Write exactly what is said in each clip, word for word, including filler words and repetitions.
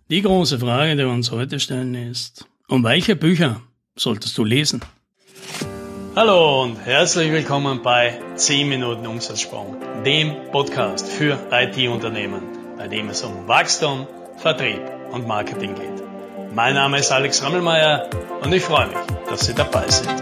Die große Frage, die wir uns heute stellen, ist, um welche Bücher solltest du lesen? Hallo und herzlich willkommen bei zehn Minuten Umsatzsprung, dem Podcast für I T-Unternehmen, bei dem es um Wachstum, Vertrieb und Marketing geht. Mein Name ist Alex Rammelmeier und ich freue mich, dass Sie dabei sind.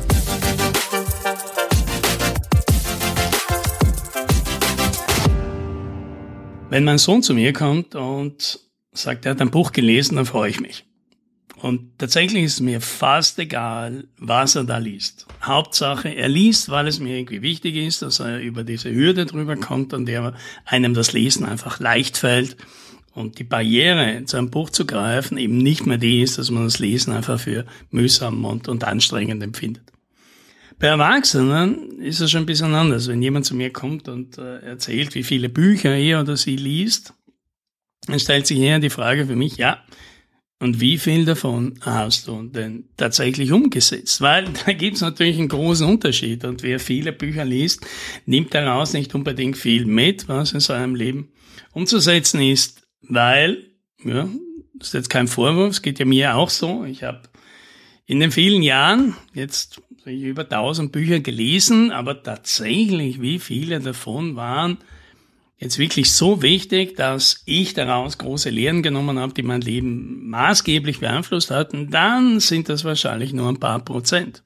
Wenn mein Sohn zu mir kommt und sagt, er hat ein Buch gelesen, dann freue ich mich. Und tatsächlich ist mir fast egal, was er da liest. Hauptsache, er liest, weil es mir irgendwie wichtig ist, dass er über diese Hürde drüber kommt, an der einem das Lesen einfach leicht fällt. Und die Barriere, zu einem Buch zu greifen, eben nicht mehr die ist, dass man das Lesen einfach für mühsam und, und anstrengend empfindet. Bei Erwachsenen ist es schon ein bisschen anders. Wenn jemand zu mir kommt und äh, erzählt, wie viele Bücher er oder sie liest, dann stellt sich eher die Frage für mich, ja, und wie viel davon hast du denn tatsächlich umgesetzt? Weil da gibt es natürlich einen großen Unterschied. Und wer viele Bücher liest, nimmt daraus nicht unbedingt viel mit, was in seinem Leben umzusetzen ist. Weil, ja, das ist jetzt kein Vorwurf, es geht ja mir auch so. Ich habe in den vielen Jahren jetzt über tausend Bücher gelesen, aber tatsächlich, wie viele davon waren jetzt wirklich so wichtig, dass ich daraus große Lehren genommen habe, die mein Leben maßgeblich beeinflusst hatten, dann sind das wahrscheinlich nur ein paar Prozent.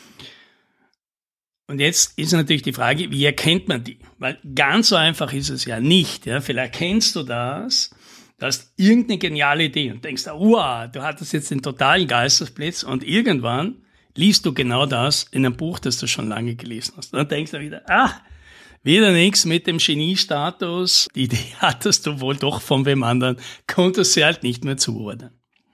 Und jetzt ist natürlich die Frage, wie erkennt man die? Weil ganz so einfach ist es ja nicht. Ja? Vielleicht kennst du das, du hast irgendeine geniale Idee und denkst, wow, du hattest jetzt den totalen Geistesblitz und irgendwann liest du genau das in einem Buch, das du schon lange gelesen hast. Und dann denkst du wieder, ah, wieder nichts mit dem Geniestatus. Die Idee hattest du wohl doch von wem anderen, konntest sie halt nicht mehr zuordnen.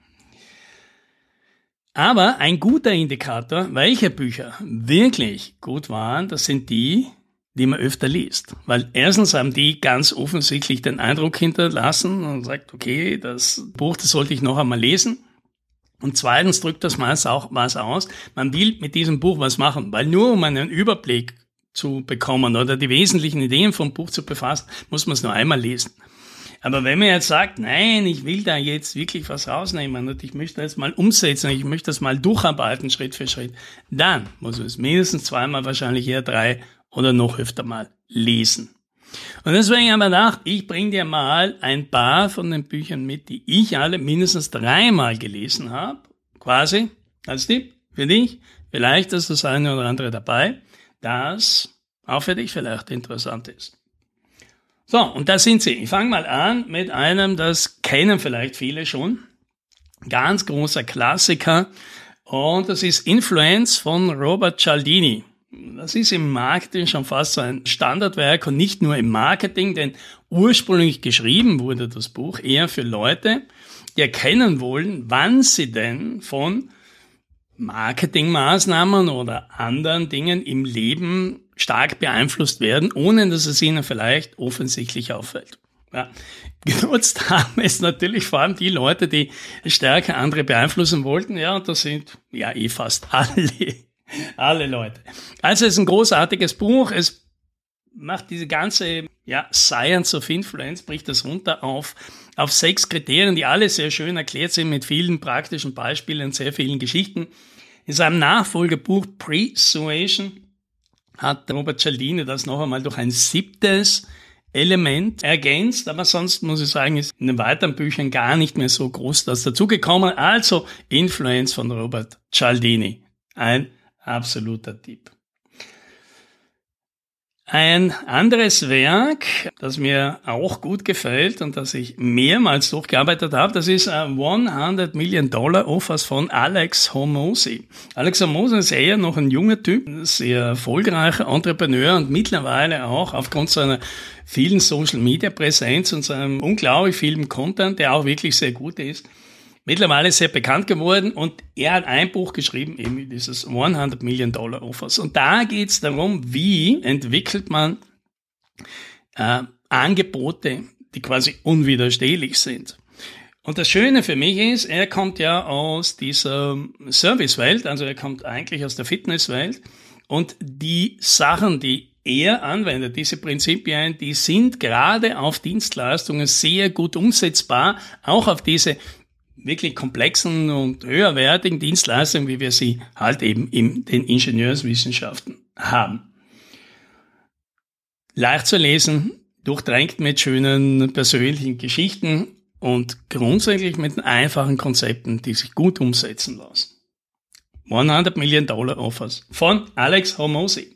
Aber ein guter Indikator, welche Bücher wirklich gut waren, das sind die, die man öfter liest. Weil erstens haben die ganz offensichtlich den Eindruck hinterlassen und sagt, okay, das Buch, das sollte ich noch einmal lesen. Und zweitens drückt das meist auch was aus. Man will mit diesem Buch was machen, weil nur um einen Überblick zu bekommen oder die wesentlichen Ideen vom Buch zu befassen, muss man es nur einmal lesen. Aber wenn man jetzt sagt, nein, ich will da jetzt wirklich was rausnehmen und ich möchte das mal umsetzen, ich möchte das mal durcharbeiten, Schritt für Schritt, dann muss man es mindestens zweimal, wahrscheinlich eher drei oder noch öfter mal lesen. Und deswegen haben wir gedacht, ich bringe dir mal ein paar von den Büchern mit, die ich alle mindestens dreimal gelesen habe, quasi als Tipp für dich. Vielleicht ist das eine oder andere dabei, das auch für dich vielleicht interessant ist. So, und da sind sie. Ich fange mal an mit einem, das kennen vielleicht viele schon. Ganz großer Klassiker. Und das ist Influence von Robert Cialdini. Das ist im Marketing schon fast so ein Standardwerk und nicht nur im Marketing, denn ursprünglich geschrieben wurde das Buch eher für Leute, die erkennen wollen, wann sie denn von Marketingmaßnahmen oder anderen Dingen im Leben stark beeinflusst werden, ohne dass es ihnen vielleicht offensichtlich auffällt. Ja. Genutzt haben es natürlich vor allem die Leute, die stärker andere beeinflussen wollten. Ja, und das sind ja eh fast alle, alle Leute. Also es ist ein großartiges Buch. Es macht diese ganze ja, Science of Influence, bricht das runter auf, auf sechs Kriterien, die alle sehr schön erklärt sind mit vielen praktischen Beispielen und sehr vielen Geschichten. In seinem Nachfolgebuch Persuasion hat Robert Cialdini das noch einmal durch ein siebtes Element ergänzt, aber sonst muss ich sagen, ist in den weiteren Büchern gar nicht mehr so groß das dazugekommen. Also Influence von Robert Cialdini. Ein absoluter Tipp. Ein anderes Werk, das mir auch gut gefällt und das ich mehrmals durchgearbeitet habe, das ist hundert Million Dollar Offers von Alex Hormozi. Alex Hormozi ist eher noch ein junger Typ, sehr erfolgreicher Entrepreneur und mittlerweile auch aufgrund seiner vielen Social Media Präsenz und seinem unglaublich vielen Content, der auch wirklich sehr gut ist, mittlerweile sehr bekannt geworden und er hat ein Buch geschrieben, eben dieses hundert Million Dollar Offers. Und da geht es darum, wie entwickelt man äh, Angebote, die quasi unwiderstehlich sind. Und das Schöne für mich ist, er kommt ja aus dieser Servicewelt, also er kommt eigentlich aus der Fitnesswelt und die Sachen, die er anwendet. Diese Prinzipien, die sind gerade auf Dienstleistungen sehr gut umsetzbar, auch auf diese wirklich komplexen und höherwertigen Dienstleistungen, wie wir sie halt eben in den Ingenieurswissenschaften haben. Leicht zu lesen, durchdrängt mit schönen persönlichen Geschichten und grundsätzlich mit einfachen Konzepten, die sich gut umsetzen lassen. hundert Million Dollar Offers von Alex Hormozi.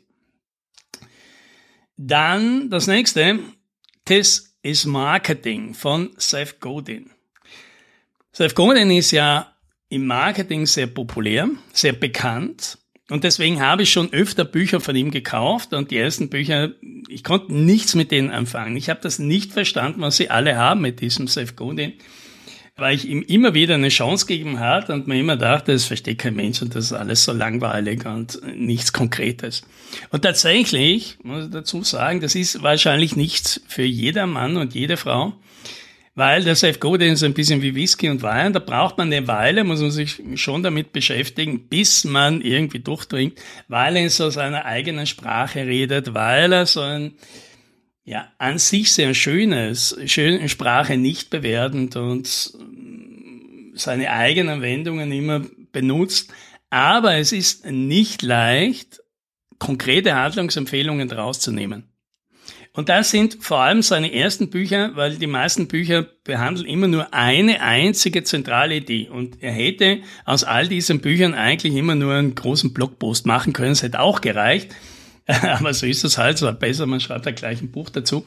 Dann das nächste, This is Marketing von Seth Godin. Seth Godin ist ja im Marketing sehr populär, sehr bekannt und deswegen habe ich schon öfter Bücher von ihm gekauft und die ersten Bücher, ich konnte nichts mit denen anfangen. Ich habe das nicht verstanden, was sie alle haben mit diesem Seth Godin, weil ich ihm immer wieder eine Chance gegeben hat und mir immer dachte, das versteht kein Mensch und das ist alles so langweilig und nichts Konkretes. Und tatsächlich, muss ich dazu sagen, das ist wahrscheinlich nichts für jeder Mann und jede Frau, weil der Seth Godin ist ein bisschen wie Whisky und Wein, da braucht man eine Weile, muss man sich schon damit beschäftigen, bis man irgendwie durchdringt, weil er in so seiner eigenen Sprache redet, weil er so ein ja, an sich sehr schönes, schöne Sprache nicht bewertend und seine eigenen Wendungen immer benutzt. Aber es ist nicht leicht, konkrete Handlungsempfehlungen daraus zu nehmen. Und das sind vor allem seine ersten Bücher, weil die meisten Bücher behandeln immer nur eine einzige zentrale Idee. Und er hätte aus all diesen Büchern eigentlich immer nur einen großen Blogpost machen können. Es hätte auch gereicht. Aber so ist es halt, so besser, man schreibt da gleich ein Buch dazu.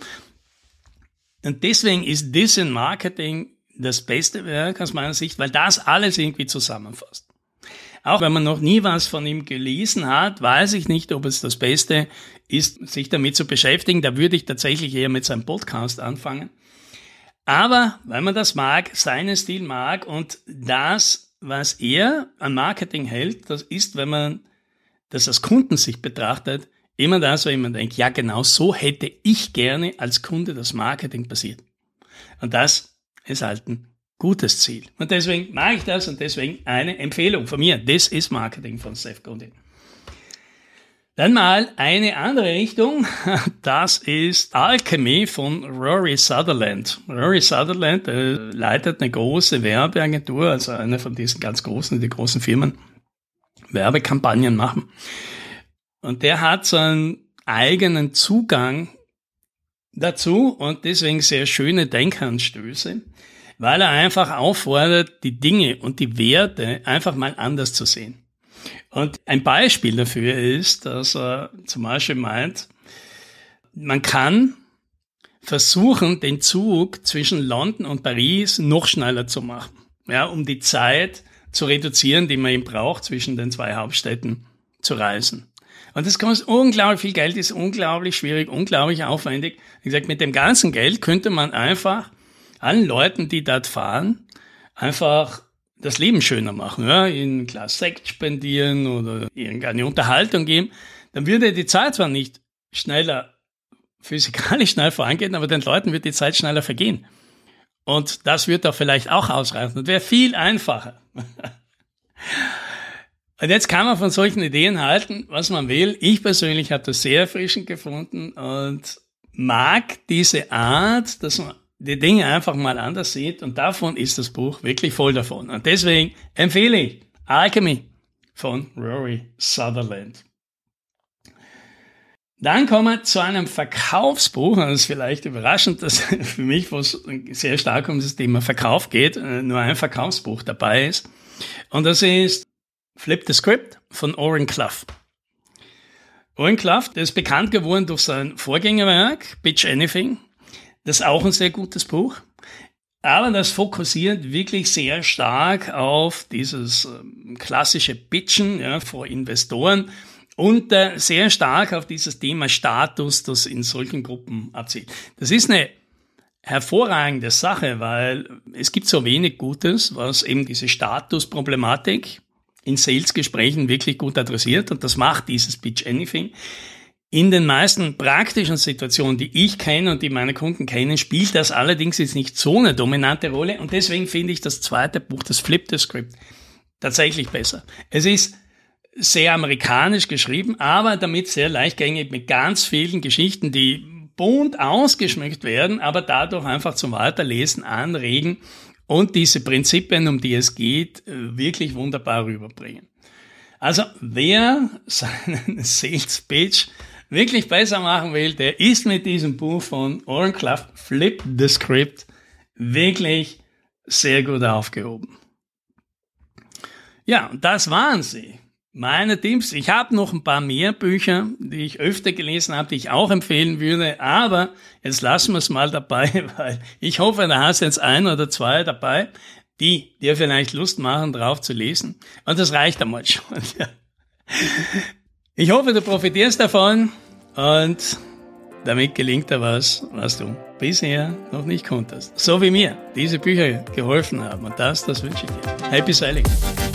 Und deswegen ist This in Marketing das beste Werk aus meiner Sicht, weil das alles irgendwie zusammenfasst. Auch wenn man noch nie was von ihm gelesen hat, weiß ich nicht, ob es das Beste ist, sich damit zu beschäftigen. Da würde ich tatsächlich eher mit seinem Podcast anfangen. Aber weil man das mag, seinen Stil mag und das, was er an Marketing hält, das ist, wenn man das aus Kundensicht betrachtet, immer das, wenn man denkt, ja genau so hätte ich gerne als Kunde das Marketing passiert. Und das ist halt ein gutes Ziel. Und deswegen mache ich das und deswegen eine Empfehlung von mir. This is Marketing von Seth Godin. Dann mal eine andere Richtung. Das ist Alchemy von Rory Sutherland. Rory Sutherland äh, leitet eine große Werbeagentur, also eine von diesen ganz großen, die großen Firmen Werbekampagnen machen. Und der hat so einen eigenen Zugang dazu und deswegen sehr schöne Denkanstöße, weil er einfach auffordert, die Dinge und die Werte einfach mal anders zu sehen. Und ein Beispiel dafür ist, dass er zum Beispiel meint, man kann versuchen, den Zug zwischen London und Paris noch schneller zu machen, ja, um die Zeit zu reduzieren, die man eben braucht, zwischen den zwei Hauptstädten zu reisen. Und das kostet unglaublich viel Geld, ist unglaublich schwierig, unglaublich aufwendig. Wie gesagt, mit dem ganzen Geld könnte man einfach allen Leuten, die dort fahren, einfach das Leben schöner machen, ja, ihnen ein Glas Sekt spendieren oder irgendeine Unterhaltung geben. Dann würde die Zeit zwar nicht schneller, physikalisch schnell vorangehen, aber den Leuten wird die Zeit schneller vergehen. Und das wird doch vielleicht auch ausreichen und wäre viel einfacher. Und jetzt kann man von solchen Ideen halten, was man will. Ich persönlich habe das sehr erfrischend gefunden und mag diese Art, dass man die Dinge einfach mal anders sieht. Und davon ist das Buch wirklich voll davon. Und deswegen empfehle ich Alchemy von Rory Sutherland. Dann kommen wir zu einem Verkaufsbuch. Und das ist vielleicht überraschend, dass für mich, wo es sehr stark um das Thema Verkauf geht, nur ein Verkaufsbuch dabei ist. Und das ist Flip the Script von Oren Clough. Oren Clough, der ist bekannt geworden durch sein Vorgängerwerk Pitch Anything. Das ist auch ein sehr gutes Buch. Aber das fokussiert wirklich sehr stark auf dieses ähm, klassische Pitchen, ja, vor Investoren und äh, sehr stark auf dieses Thema Status, das in solchen Gruppen abzielt. Das ist eine hervorragende Sache, weil es gibt so wenig Gutes, was eben diese Statusproblematik in Sales-Gesprächen wirklich gut adressiert und das macht dieses Pitch Anything. In den meisten praktischen Situationen, die ich kenne und die meine Kunden kennen, spielt das allerdings jetzt nicht so eine dominante Rolle und deswegen finde ich das zweite Buch, das Flip the Script, tatsächlich besser. Es ist sehr amerikanisch geschrieben, aber damit sehr leichtgängig mit ganz vielen Geschichten, die bunt ausgeschmückt werden, aber dadurch einfach zum Weiterlesen anregen und diese Prinzipien, um die es geht, wirklich wunderbar rüberbringen. Also wer seinen Sales Pitch wirklich besser machen will, der ist mit diesem Buch von Oren Klaff, Flip the Script, wirklich sehr gut aufgehoben. Ja, das waren sie. Meine Tipps. Ich habe noch ein paar mehr Bücher, die ich öfter gelesen habe, die ich auch empfehlen würde, aber jetzt lassen wir es mal dabei, weil ich hoffe, da hast du jetzt ein oder zwei dabei, die dir vielleicht Lust machen, drauf zu lesen. Und das reicht einmal schon. Ja. Ich hoffe, du profitierst davon und damit gelingt dir was, was du bisher noch nicht konntest. So wie mir diese Bücher geholfen haben. Und das, das wünsche ich dir. Happy Sailing!